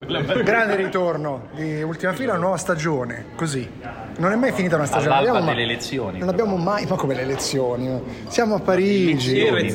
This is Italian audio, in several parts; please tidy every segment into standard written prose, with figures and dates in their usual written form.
Grande ritorno di Ultima Fila, nuova stagione, così. Non è mai finita una stagione. All'alba delle elezioni. Non abbiamo mai, ma come le elezioni? Siamo a Parigi.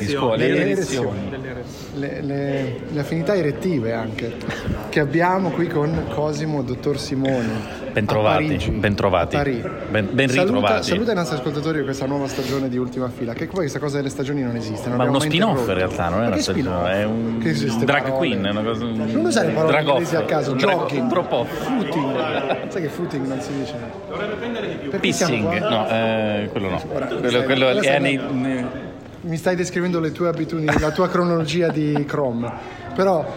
Le affinità erettive anche che abbiamo qui con Cosimo, dottor Simoni. Bentrovati. Ben ritrovati. Saluta i nostri ascoltatori di questa nuova stagione di Ultima Fila, che poi questa cosa delle stagioni non esiste. Ma è uno spin-off in realtà, non è una stagione, è un drag queen, è una cosa. Non usare parole inglesi a caso, jogging, troppo footing. Sai che footing non si dice? Pissing, no, quello no. Quello è mi stai descrivendo le tue abitudini, la tua cronologia di Chrome. Però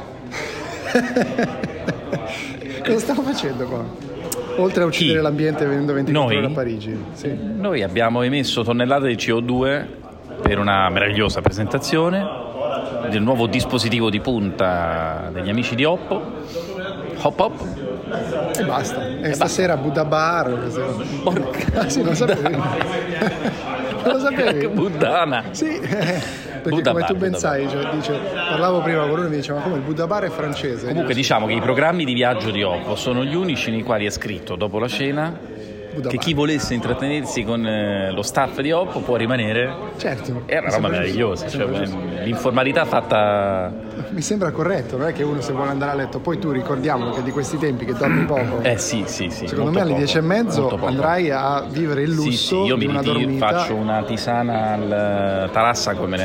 cosa stiamo facendo qua? Oltre a uccidere l'ambiente venendo 24 ore a Parigi. Sì. Noi abbiamo emesso tonnellate di CO2 per una meravigliosa presentazione del nuovo dispositivo di punta degli amici di Oppo, Hop. E basta. E stasera Buddha Bar. Porca. Sì, non sapevi. Non lo sapevi? Buddana. Sì. Perché Buddha come Bar, tu ben Buddha sai, parlavo prima con lui e mi diceva: ma come il Buddha Bar è francese? Comunque diciamo che i programmi di viaggio di Oppo sono gli unici nei quali è scritto dopo la cena che chi volesse intrattenersi con lo staff di Oppo può rimanere. Certo. È una roba meravigliosa, l'informalità fatta. Mi sembra corretto, non è che uno se vuole andare a letto, poi tu ricordiamolo che di questi tempi che dormi poco. Sì. Secondo me alle 10:30 andrai a vivere il lusso io di una dormita. Faccio una tisana al Tarassaco mi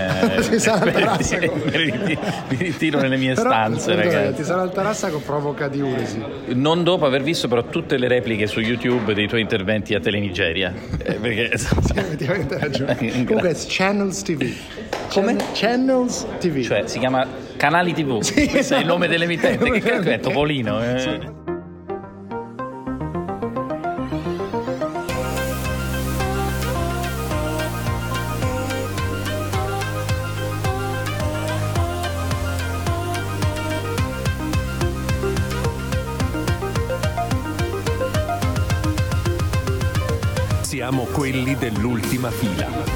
ritiro nelle mie stanze, ragazzi. La tisana al Tarassaco provoca diuresi. Non dopo aver visto però tutte le repliche su YouTube dei tuoi interventi a Telenigeria, perché sì, effettivamente hai ragione. Comunque è Channels TV. Come? Channels TV. Cioè si chiama Canali TV. Sì, questo è il nome dell'emittente. Che cazzo è? Topolino? Sì. Siamo quelli dell'ultima fila.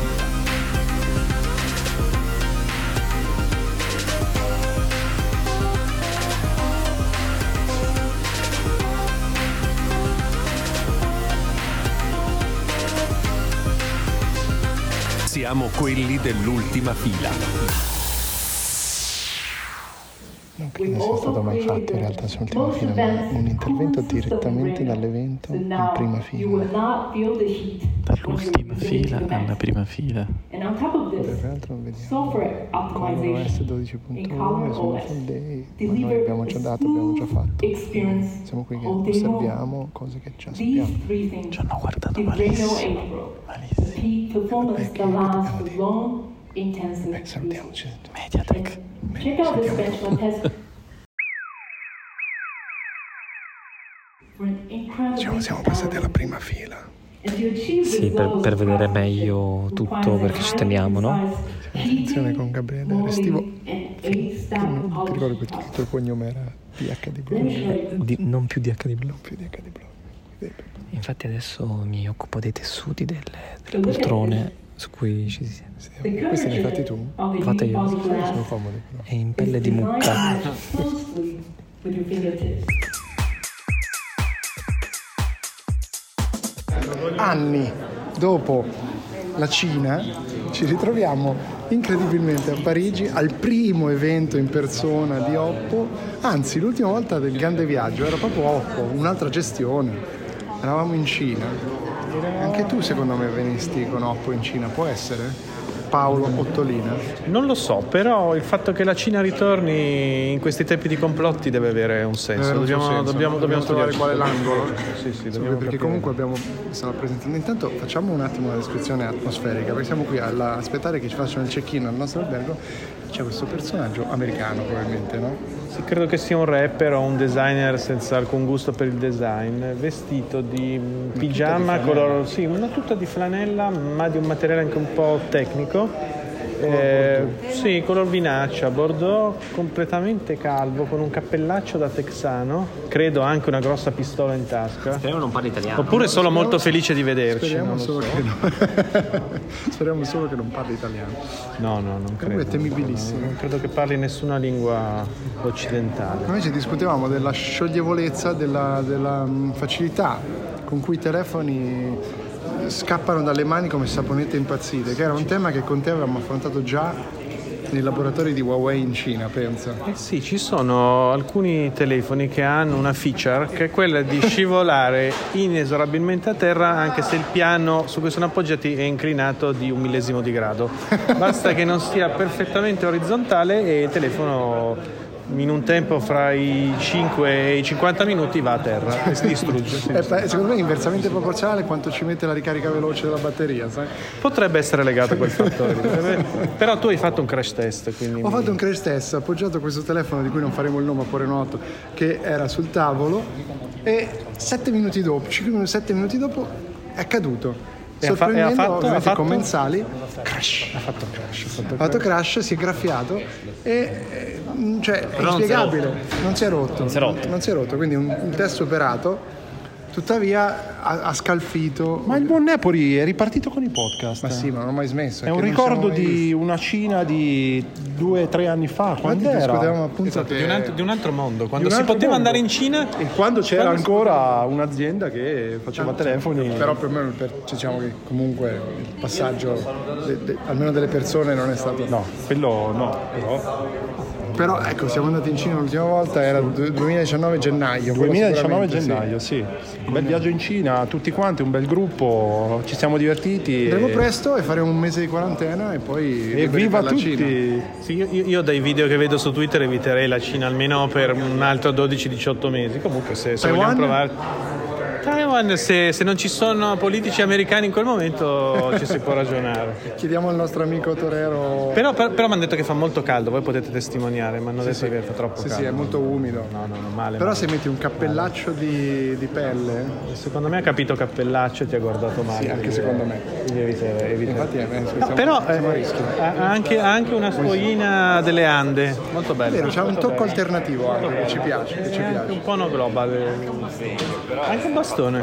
Siamo quelli dell'ultima fila. Non credo sia stato mai fatto in realtà su Ultima Fila, ma un intervento direttamente dall'evento in prima fila. Dall'ultima fila alla prima fila. Tra l'altro non vediamo come S12.1 sono full day, ma noi abbiamo già fatto. Siamo qui che osserviamo cose che già sappiamo. Ci hanno guardato malissimo. Salutiamoci. Mediatek. Siamo passati alla prima fila. Sì, per vedere meglio tutto, perché ci teniamo, no? Attenzione con Gabriele Restivo. Ti ricordo che il tuo cognome era DHD Blog? Non più DHD Blog. Più DHD Blog. Infatti adesso mi occupo dei tessuti delle poltrone su cui ci si siede. Questi li hai fatti tu? Fatte io. Sono comodi però. È in pelle di mucca. Anni dopo la Cina ci ritroviamo incredibilmente a Parigi al primo evento in persona di Oppo, anzi l'ultima volta del grande viaggio era proprio Oppo, un'altra gestione, eravamo in Cina. Anche tu secondo me venisti con Oppo in Cina, può essere? Paolo Ottolina? Non lo so, però il fatto che la Cina ritorni in questi tempi di complotti deve avere un senso. Dobbiamo trovare qual è l'angolo. Sì, perché capire. comunque stiamo presentando. Intanto facciamo un attimo una descrizione atmosferica, perché siamo qui a aspettare che ci facciano il check-in al nostro albergo. C'è questo personaggio americano probabilmente, no? Sì, credo che sia un rapper o un designer senza alcun gusto per il design, vestito di pigiama color, sì, una tuta di flanella, ma di un materiale anche un po' tecnico. Sì, color vinaccia, Bordeaux, completamente calvo, con un cappellaccio da texano, credo anche una grossa pistola in tasca. Speriamo non parli italiano. Oppure solo molto felice di vederci. Speriamo solo che non parli italiano. No, non credo. Lui è temibilissimo. Non credo che parli nessuna lingua occidentale. Noi ci discutevamo della scioglievolezza, della facilità con cui i telefoni scappano dalle mani come saponette impazzite, che era un tema che con te avevamo affrontato già nei laboratori di Huawei in Cina, pensa. Sì, ci sono alcuni telefoni che hanno una feature che è quella di scivolare inesorabilmente a terra anche se il piano su cui sono appoggiati è inclinato di 1/1000 di grado. Basta che non sia perfettamente orizzontale e il telefono in un tempo fra i 5 e i 50 minuti va a terra e si distrugge. Secondo me è inversamente proporzionale quanto ci mette la ricarica veloce della batteria, sai? Potrebbe essere legato a quel fattore. Però tu hai fatto un crash test, quindi ho fatto un crash test, ho appoggiato questo telefono di cui non faremo il nome a Cuore Noto, che era sul tavolo, e 7 minuti dopo è caduto. Sorprendendo, ha fatto commensali, crash. Ha fatto crash, si è graffiato e cioè è inspiegabile, non si è rotto, quindi un test superato. Tuttavia ha scalfito. Ma il buon Nepori è ripartito con i podcast. Ma sì, ma non ho mai smesso. È un ricordo di una Cina di 2-3 anni fa. Quando era? Discutevamo appunto di un altro mondo, quando si poteva andare in Cina e quando c'era ancora un'azienda che faceva telefoni. Però per me diciamo che comunque il passaggio almeno delle persone non è stato. No, quello no, Però ecco, siamo andati in Cina l'ultima volta, era 2019 gennaio. 2019 gennaio, sì. Un bel viaggio in Cina, tutti quanti, un bel gruppo, ci siamo divertiti. Andremo presto e faremo un mese di quarantena e poi evviva tutti! Cina. Sì, io dai video che vedo su Twitter eviterei la Cina almeno per un altro 12-18 mesi. Comunque se vogliamo provare... Taiwan, se non ci sono politici americani in quel momento ci si può ragionare. Chiediamo al nostro amico torero. Però mi hanno detto che fa molto caldo, voi potete testimoniare, ma hanno detto che fa troppo caldo. Sì, è molto umido. No, male. Però se metti un cappellaccio di pelle. Secondo me ha capito cappellaccio e ti ha guardato male. Sì, anche secondo me. Evitare. Infatti però ha anche una spoglina delle Ande, molto bella. Vero, c'ha un tocco alternativo anche, che ci piace. Anche un po' no global. Anche un bastone. Tra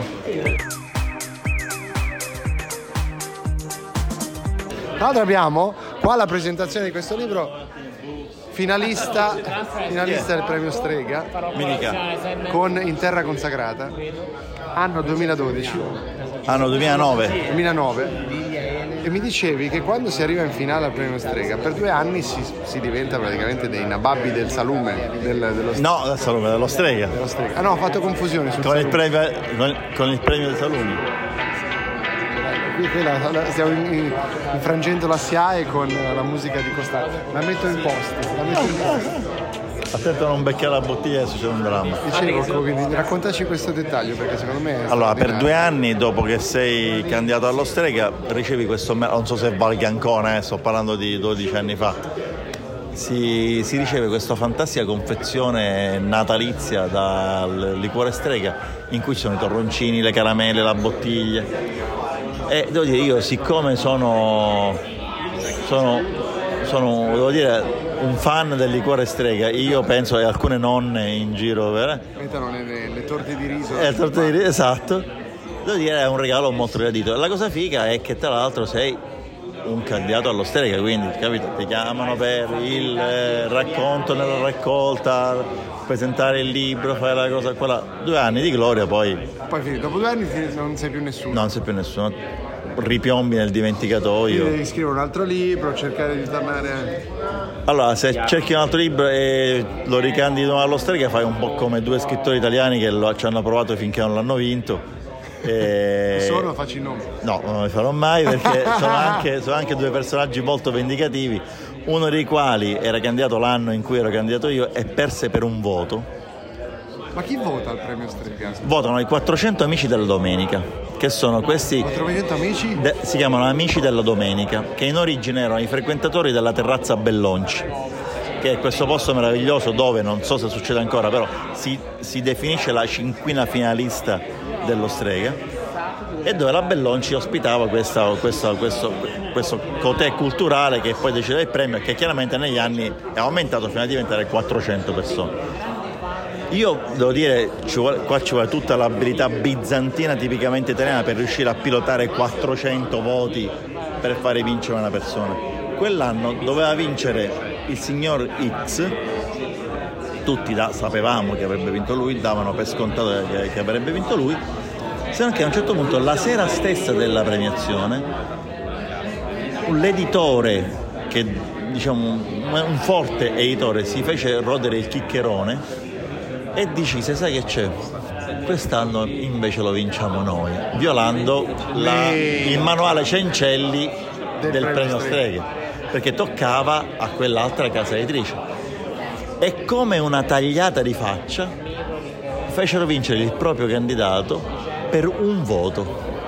l'altro abbiamo qua la presentazione di questo libro, finalista del premio Strega, con In Terra Consacrata, anno 2012. Anno 2009. E mi dicevi che quando si arriva in finale al premio Strega per 2 anni si diventa praticamente dei nababbi del salume dello No, del salume, dello Strega. Ah no, ho fatto confusione con il premio del salume. Qui stiamo infrangendo la SIAE con la musica di Costanzo. La metto in posto. Attento a non beccare la bottiglia e succede un dramma. Dicevo, quindi raccontaci questo dettaglio perché secondo me è allora, per 2 anni dopo che sei candidato allo Strega ricevi questo, non so se valga ancora, sto parlando di 12 anni fa, si riceve questa fantastica confezione natalizia dal liquore Strega in cui ci sono i torroncini, le caramelle, la bottiglia, e devo dire, io siccome sono devo dire un fan del liquore Strega, io penso che alcune nonne in giro mettono le torte di riso. Esatto, devo dire è un regalo molto gradito. La cosa figa è che tra l'altro sei un candidato allo Strega, quindi capito, ti chiamano per il racconto nella raccolta, presentare il libro, fare la cosa quella. 2 anni di gloria, poi dopo 2 anni non sei più nessuno. Ripiombi nel dimenticatoio. Devi scrivere un altro libro, cercare di tornare. Allora, se cerchi un altro libro e lo ricandidi allo Strega, fai un po' come 2 scrittori italiani che ci hanno provato finché non l'hanno vinto. Facci il nome. No, non lo farò mai perché sono anche 2 personaggi molto vendicativi. Uno dei quali era candidato l'anno in cui ero candidato io e perse per un voto. Ma chi vota al premio Strega? Votano i 400 amici della domenica, che sono questi 400 amici? Si chiamano Amici della Domenica, che in origine erano i frequentatori della terrazza Bellonci, che è questo posto meraviglioso dove, non so se succede ancora, però si definisce la 5ª finalista dello Strega. e dove la Bellonci ospitava questo cotè culturale che poi decide il premio, che chiaramente negli anni è aumentato fino a diventare 400 persone. Io devo dire, qua ci vuole tutta l'abilità bizantina tipicamente italiana per riuscire a pilotare 400 voti per fare vincere una persona. Quell'anno doveva vincere il signor X, tutti sapevamo che avrebbe vinto lui, davano per scontato che avrebbe vinto lui, se non che a un certo punto, la sera stessa della premiazione, l'editore, che diciamo un forte editore, si fece rodere il chiccherone e decise: sai che c'è? Quest'anno invece lo vinciamo noi, violando il manuale Cencelli del premio Streghe, perché toccava a quell'altra casa editrice. E come una tagliata di faccia fecero vincere il proprio candidato per un voto.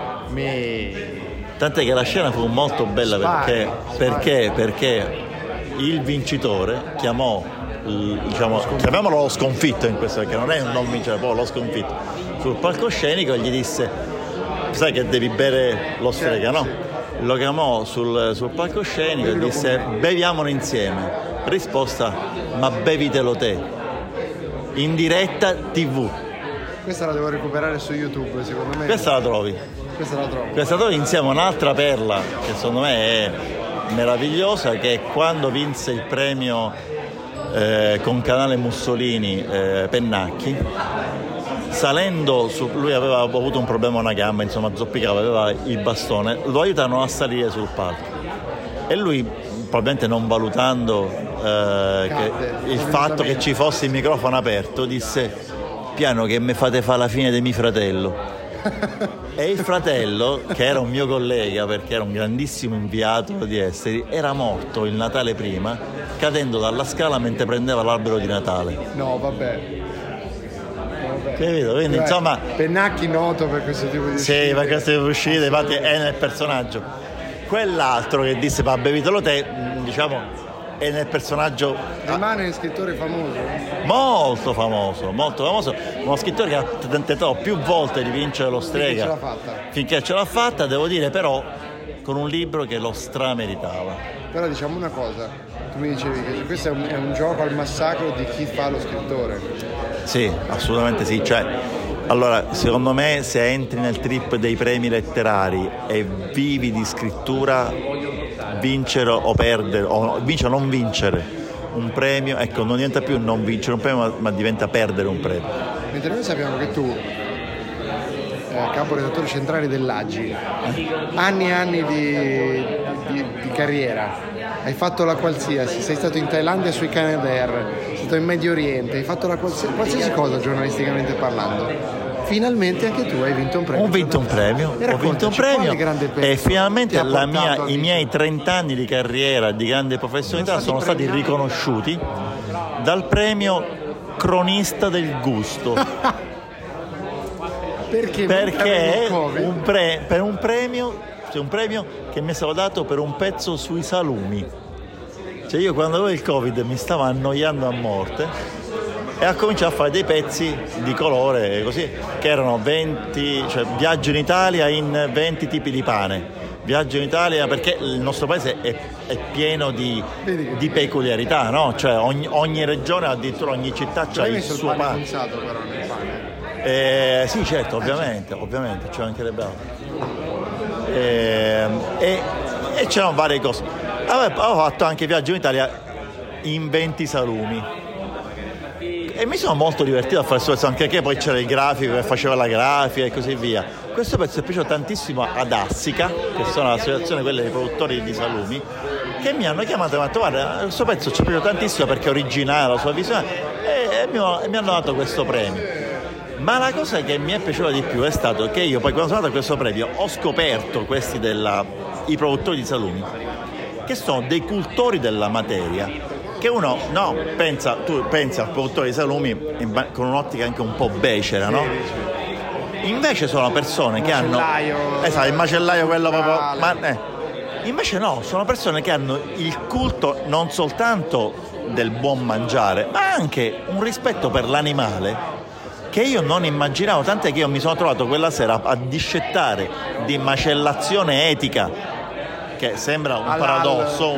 Tant'è che la scena fu molto bella perché il vincitore chiamiamolo lo sconfitto in questo, perché non è un non vincere, poi lo sconfitto, sul palcoscenico e gli disse: sai che devi bere lo Strega, no? Lo chiamò sul palcoscenico e disse: beviamolo insieme. Risposta: ma bevitelo te, in diretta TV. Questa la devo recuperare su YouTube, secondo me. Questa la trovi insieme a un'altra perla che secondo me è meravigliosa, che è quando vinse il premio con Canale Mussolini, Pennacchi, salendo su, lui aveva avuto un problema a una gamba, insomma zoppicava, aveva il bastone, lo aiutarono a salire sul palco e lui, probabilmente non valutando il fatto che ci fosse il microfono aperto, disse: piano che mi fate fare la fine di mio fratello. E il fratello, che era un mio collega perché era un grandissimo inviato di esteri, era morto il Natale prima, cadendo dalla scala mentre prendeva l'albero di Natale. No, vabbè. Capito? Quindi insomma, Pennacchi noto per questo tipo di uscite. Sì, per questo tipo di uscite, infatti è nel personaggio. Quell'altro che disse: ma bevitelo te, diciamo, è nel personaggio. Rimane un scrittore famoso? Molto famoso, uno scrittore che ha tentato più volte di vincere lo Strega finché ce l'ha fatta, devo dire, però con un libro che lo strameritava. Però diciamo una cosa, tu mi dicevi che questo è un gioco al massacro di chi fa lo scrittore. Sì, assolutamente sì, cioè, allora, secondo me, se entri nel trip dei premi letterari e vivi di scrittura, vincere o perdere, o vincere o non vincere un premio, ecco, non diventa più non vincere un premio, ma diventa perdere un premio. Mentre noi sappiamo che tu, caporedattore centrale dell'Aggi, anni e anni di carriera, hai fatto la qualsiasi, sei stato in Thailandia sui Canadair, sei stato in Medio Oriente, hai fatto la qualsiasi cosa giornalisticamente parlando. Finalmente anche tu hai vinto un premio. Ho vinto un premio e finalmente i miei 30 anni di carriera, di grande professionalità sono stati riconosciuti dal premio Cronista del Gusto. Perché per un premio che mi è stato dato per un pezzo sui salumi. Cioè, io quando avevo il Covid mi stavo annoiando a morte e ho cominciato a fare dei pezzi di colore così, che erano 20, cioè viaggio in Italia in 20 tipi di pane, viaggio in Italia, perché il nostro paese è pieno di peculiarità, no? Cioè ogni regione, addirittura ogni città c'ha il suo pane. Pensato però nel pane. Sì, certo, ovviamente, ci mancherebbe altro. E c'erano varie cose. Avevo fatto anche viaggio in Italia in 20 salumi. E mi sono molto divertito a fare questo pezzo, anche perché poi c'era il grafico che faceva la grafica e così via. Questo pezzo è piaciuto tantissimo ad Assica, che sono l'associazione quelle dei produttori di salumi, che mi hanno chiamato e mi hanno detto: guarda, questo pezzo ci è piaciuto tantissimo perché è originale, la sua visione, e mi hanno dato questo premio. Ma la cosa che mi è piaciuta di più è stato che io poi, quando sono andato a questo premio, ho scoperto questi i produttori di salumi, che sono dei cultori della materia, che uno tu pensi al produttore di salumi con un'ottica anche un po' becera, no? Invece sono persone che hanno il macellaio, quello proprio, invece no, sono persone che hanno il culto non soltanto del buon mangiare, ma anche un rispetto per l'animale che io non immaginavo, tant'è che io mi sono trovato quella sera a discettare di macellazione etica, che sembra un paradosso,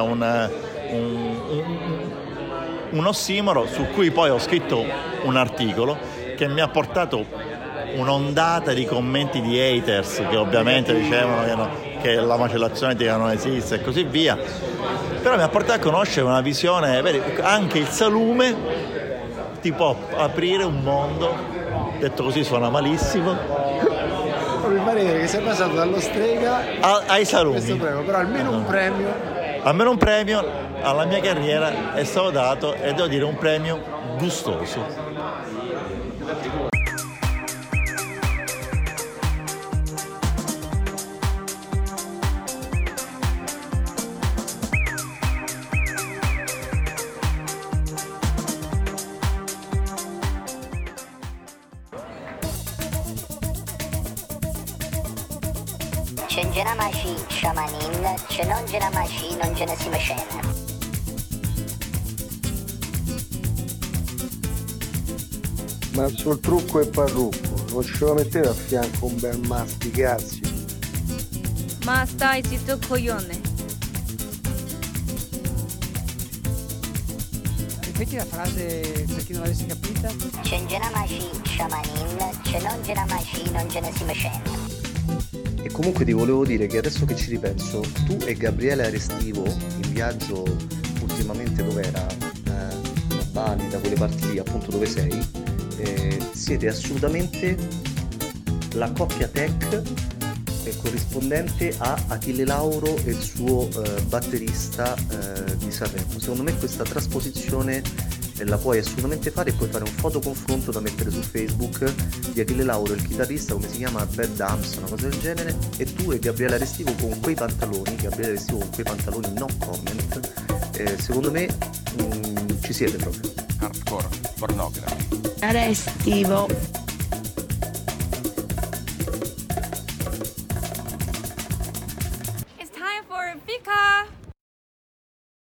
un ossimoro, su cui poi ho scritto un articolo che mi ha portato un'ondata di commenti di haters che ovviamente dicevano che la macellazione etica non esiste e così via, però mi ha portato a conoscere una visione, anche il salume ti può aprire un mondo, detto così suona malissimo. Mi pare che sei passato dallo strega ai salumi. Questo prego, però almeno un premio alla mia carriera è stato dato, e devo dire un premio gustoso. Cengenamashi shamanin, cenongenamashi non genesimescena. Ma sul trucco e parrucco, non ce lo mettete a fianco un bel masticazzi? Ma stai zitto coglione. Ripeti la frase per chi non l'avesse capita. Cengenamashi shamanin, cenongenamashi non genesimescena. E comunque ti volevo dire che adesso che ci ripenso, tu e Gabriele Arestivo in viaggio ultimamente dov'era? A Bali, da quelle parti lì, appunto dove sei, siete assolutamente la coppia tech corrispondente a Achille Lauro e il suo batterista di Sanremo. Secondo me questa trasposizione la puoi assolutamente fare, e puoi fare un fotoconfronto da mettere su Facebook di Achille Lauro, il chitarrista, come si chiama, Bad Dumps, una cosa del genere, e tu e Gabriele Arestivo con quei pantaloni, no comment, secondo me ci siete proprio. Hardcore, pornografo. Arestivo.